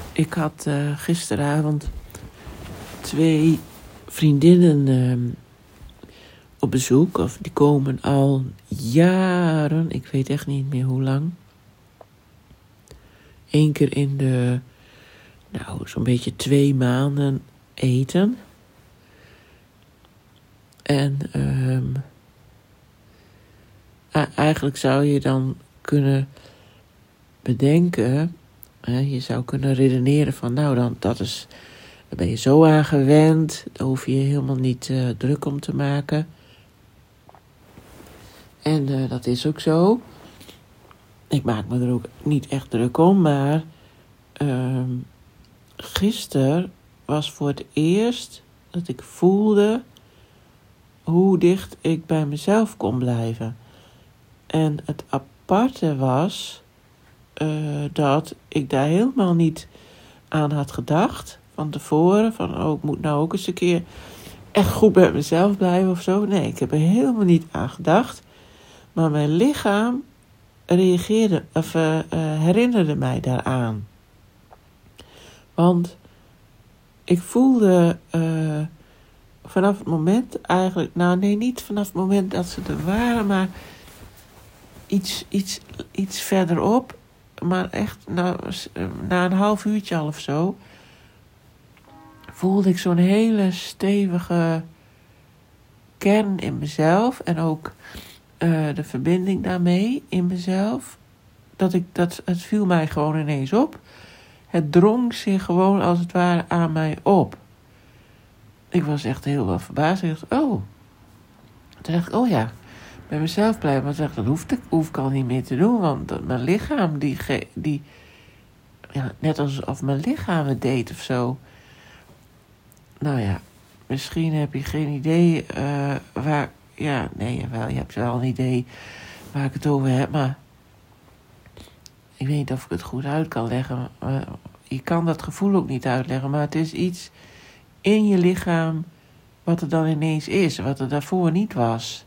Ik had gisteravond 2 vriendinnen op bezoek. Of die komen al jaren, ik weet echt niet meer hoe lang. 1 keer in de, zo'n beetje 2 maanden eten. En eigenlijk zou je dan kunnen bedenken, je zou kunnen redeneren van, daar ben je zo aan gewend, daar hoef je helemaal niet druk om te maken. En dat is ook zo. Ik maak me er ook niet echt druk om, maar gisteren was voor het eerst dat ik voelde hoe dicht ik bij mezelf kon blijven. En het aparte was dat ik daar helemaal niet aan had gedacht van tevoren. Van, ik moet nou ook eens een keer echt goed bij mezelf blijven of zo. Nee, ik heb er helemaal niet aan gedacht. Maar mijn lichaam reageerde of herinnerde mij daaraan. Want ik voelde vanaf het moment eigenlijk, niet vanaf het moment dat ze er waren, maar iets verderop, maar echt na een half uurtje al of zo, voelde ik zo'n hele stevige kern in mezelf en ook de verbinding daarmee in mezelf. Het viel mij gewoon ineens op. Het drong zich gewoon als het ware aan mij op. Ik was echt heel wel verbaasd. Ik dacht, Toen dacht ik, ja, bij mezelf blijven. Maar dat hoef ik al niet meer te doen. Want mijn lichaam, net alsof mijn lichaam het deed of zo. Nou ja, misschien heb je geen idee waar. Ja, nee, jawel, je hebt wel een idee waar ik het over heb. Maar ik weet niet of ik het goed uit kan leggen. Je kan dat gevoel ook niet uitleggen. Maar het is iets in je lichaam wat er dan ineens is. Wat er daarvoor niet was.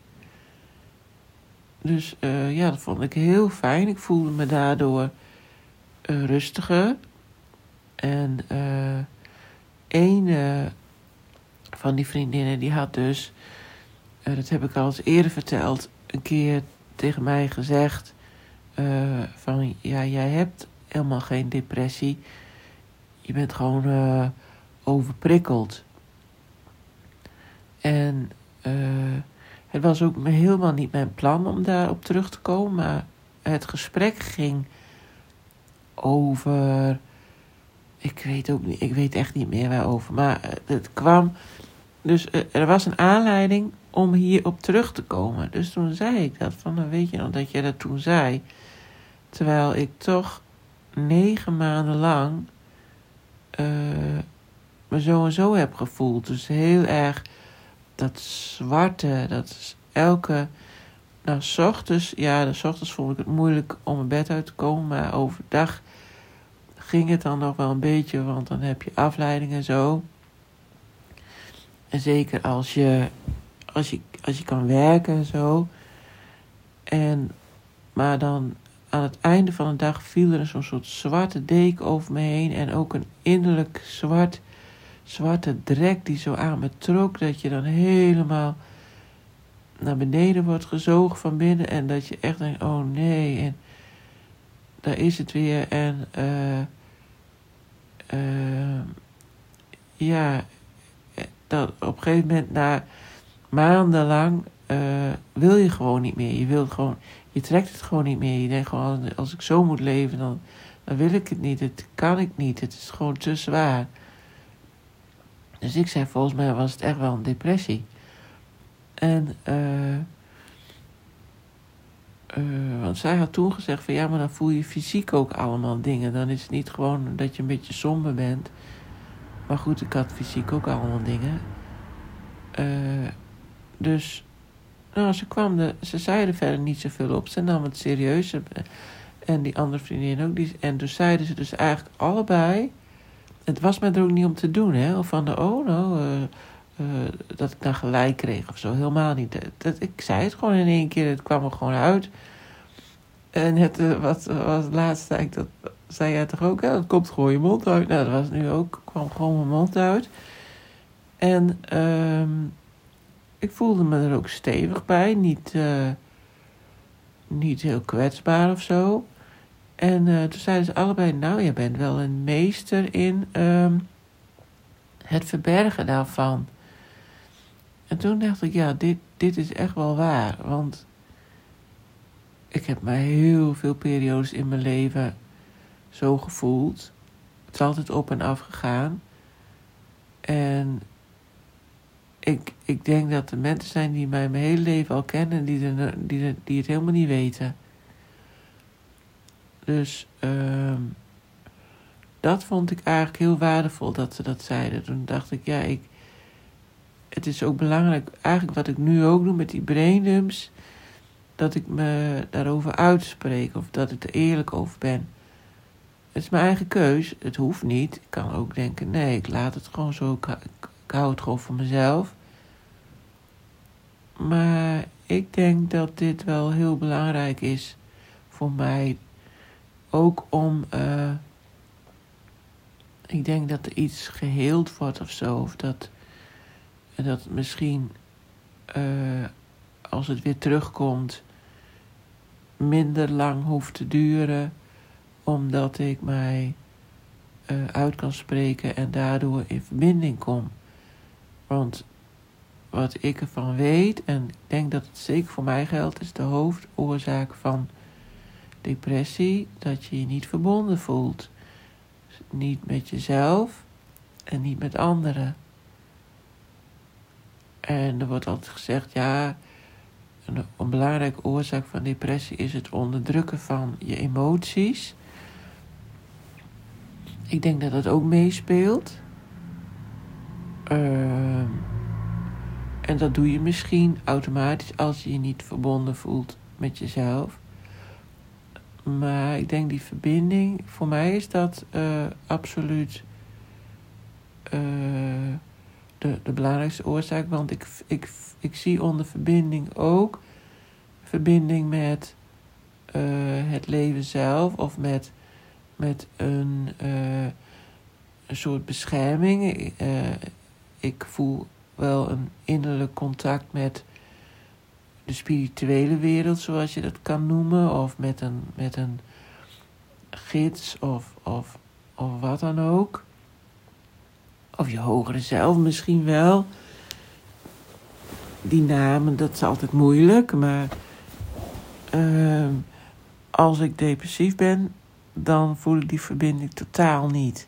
Dus dat vond ik heel fijn. Ik voelde me daardoor rustiger. En een van die vriendinnen die had dus, dat heb ik al eens eerder verteld, een keer tegen mij gezegd van, jij hebt helemaal geen depressie. Je bent gewoon overprikkeld. En het was ook helemaal niet mijn plan om daarop terug te komen, maar het gesprek ging over, ik weet echt niet meer waarover, maar het kwam, dus er was een aanleiding om hierop terug te komen. Dus toen zei ik dat, van, weet je nog dat jij dat toen zei, terwijl ik toch 9 maanden lang me zo en zo heb gevoeld. Dus heel erg dat zwarte, dat is elke, 's ochtends vond ik het moeilijk om mijn bed uit te komen, maar overdag ging het dan nog wel een beetje, want dan heb je afleiding en zo. En zeker als je kan werken en zo. Maar dan aan het einde van de dag viel er zo'n soort zwarte deken over me heen en ook een innerlijk zwarte drek die zo aan me trok, dat je dan helemaal naar beneden wordt gezogen van binnen en dat je echt denkt, oh nee, en daar is het weer. En dat op een gegeven moment, na maandenlang, wil je gewoon niet meer. Je trekt het gewoon niet meer. Je denkt gewoon, als ik zo moet leven, dan wil ik het niet. Het kan ik niet. Het is gewoon te zwaar. Dus ik zei, volgens mij was het echt wel een depressie. En want zij had toen gezegd van, ja, maar dan voel je fysiek ook allemaal dingen. Dan is het niet gewoon dat je een beetje somber bent. Maar goed, ik had fysiek ook allemaal dingen. Dus, ze zeiden verder niet zoveel op. Ze nam het serieus. En die andere vriendin ook. En dus zeiden ze dus eigenlijk allebei. Het was mij er ook niet om te doen, hè. Of van dat ik dan gelijk kreeg of zo. Helemaal niet. Ik zei het gewoon in 1 keer. Het kwam er gewoon uit. En wat laatst zei ik dat zei jij toch ook, het komt gewoon je mond uit. Nou, dat was nu ook, kwam gewoon mijn mond uit. En ik voelde me er ook stevig bij, niet heel kwetsbaar of zo. En toen zeiden ze allebei, nou, je bent wel een meester in het verbergen daarvan. En toen dacht ik, ja, dit is echt wel waar. Want ik heb mij heel veel periodes in mijn leven zo gevoeld. Het is altijd op en af gegaan. En ik denk dat er mensen zijn die mij mijn hele leven al kennen, die het helemaal niet weten. Dus dat vond ik eigenlijk heel waardevol dat ze dat zeiden. Toen dacht ik, ja, het is ook belangrijk, eigenlijk wat ik nu ook doe met die braindumps, dat ik me daarover uitspreek of dat ik er eerlijk over ben. Het is mijn eigen keus, het hoeft niet. Ik kan ook denken, nee, ik laat het gewoon zo, ik hou het gewoon voor mezelf. Maar ik denk dat dit wel heel belangrijk is voor mij. Ook om, ik denk dat er iets geheeld wordt of zo. Of dat het misschien, als het weer terugkomt, minder lang hoeft te duren. Omdat ik mij uit kan spreken en daardoor in verbinding kom. Want wat ik ervan weet, en ik denk dat het zeker voor mij geldt, is de hoofdoorzaak van depressie, dat je je niet verbonden voelt. Niet met jezelf en niet met anderen. En er wordt altijd gezegd, ja, een belangrijke oorzaak van depressie is het onderdrukken van je emoties. Ik denk dat dat ook meespeelt. En dat doe je misschien automatisch als je je niet verbonden voelt met jezelf. Maar ik denk die verbinding, voor mij is dat absoluut de belangrijkste oorzaak. Want ik zie onder verbinding ook verbinding met het leven zelf of met een soort bescherming. Ik voel wel een innerlijk contact met de spirituele wereld, zoals je dat kan noemen, of met een gids of wat dan ook. Of je hogere zelf misschien wel. Die namen, dat is altijd moeilijk, maar als ik depressief ben, dan voel ik die verbinding totaal niet.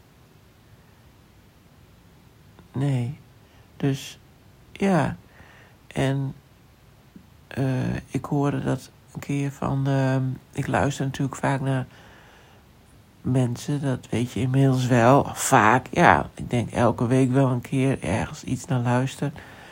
Nee. Dus ja, en ik hoorde dat een keer van, ik luister natuurlijk vaak naar mensen, dat weet je inmiddels wel, vaak, ja, ik denk elke week wel een keer ergens iets naar luister.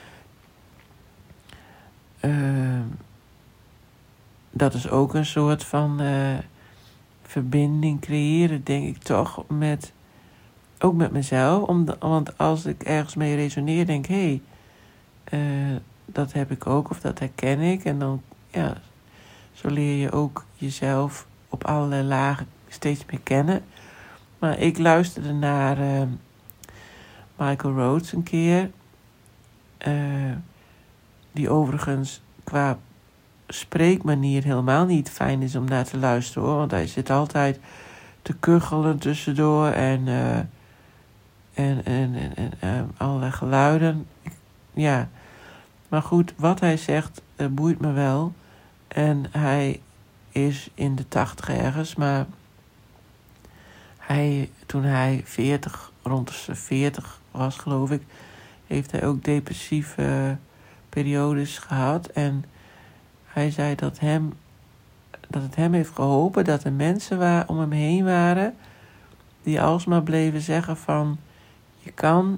Dat is ook een soort van verbinding creëren, denk ik toch, ook met mezelf. Want als ik ergens mee resoneer, denk ik, dat heb ik ook of dat herken ik. En dan, ja, zo leer je ook jezelf op allerlei lagen steeds meer kennen. Maar ik luisterde naar Michael Rhodes een keer. Die overigens qua spreekmanier helemaal niet fijn is om naar te luisteren, hoor. Want hij zit altijd te kuchelen tussendoor en allerlei geluiden. Ja, maar goed, wat hij zegt boeit me wel. En hij is in de 80 ergens, maar toen hij rond de 40 was, geloof ik, heeft hij ook depressieve periodes gehad. En hij zei dat het hem heeft geholpen dat er mensen om hem heen waren die alsmaar bleven zeggen van, je kan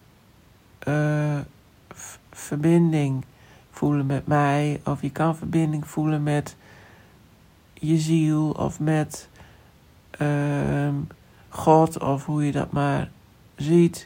verbinding voelen met mij, of je kan verbinding voelen met je ziel of met God, of hoe je dat maar ziet.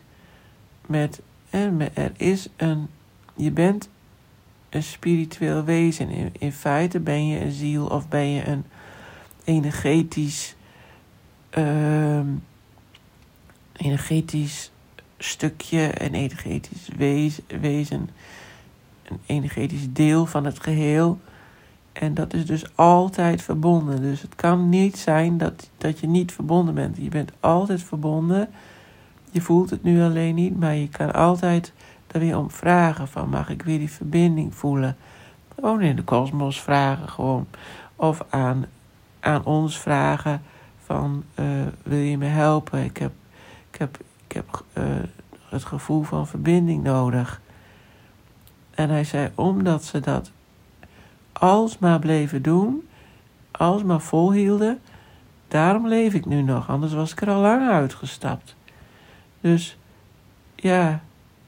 Je bent een spiritueel wezen. In feite ben je een ziel of ben je een energetisch energetisch stukje, een energetisch wezen, een energetisch deel van het geheel. En dat is dus altijd verbonden. Dus het kan niet zijn dat je niet verbonden bent. Je bent altijd verbonden. Je voelt het nu alleen niet, maar je kan altijd er weer om vragen van, mag ik weer die verbinding voelen? Gewoon in de kosmos vragen gewoon. Of aan ons vragen van, wil je me helpen? Ik heb het gevoel van verbinding nodig. En hij zei, omdat ze dat alsmaar bleven doen, alsmaar volhielden, daarom leef ik nu nog. Anders was ik er al lang uitgestapt. Dus ja,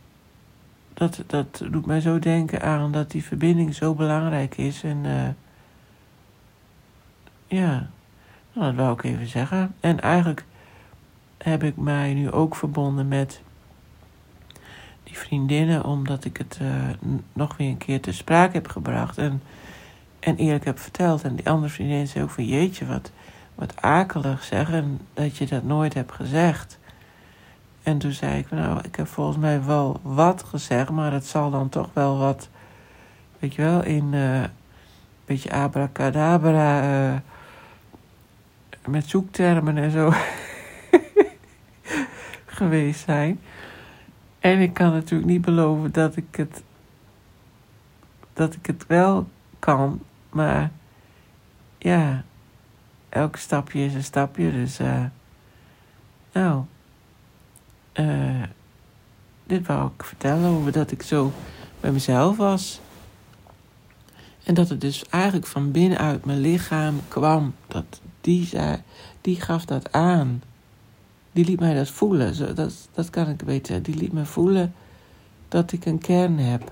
dat doet mij zo denken aan dat die verbinding zo belangrijk is. En ja, nou, dat wou ik even zeggen. En eigenlijk heb ik mij nu ook verbonden met die vriendinnen, omdat ik het nog weer een keer ter sprake heb gebracht. En eerlijk heb verteld. En die andere vriendin zei ook van, jeetje, wat akelig zeggen dat je dat nooit hebt gezegd. En toen zei ik, nou, ik heb volgens mij wel wat gezegd, maar het zal dan toch wel wat, weet je wel, in een beetje abracadabra, met zoektermen en zo geweest zijn. En ik kan natuurlijk niet beloven dat ik het wel kan, maar ja, elk stapje is een stapje, dus dit wou ik vertellen over dat ik zo bij mezelf was. En dat het dus eigenlijk van binnenuit mijn lichaam kwam. Die gaf dat aan. Die liet mij dat voelen. Dat kan ik weten. Die liet me voelen dat ik een kern heb.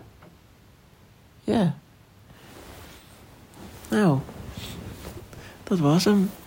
Ja. Nou, dat was hem.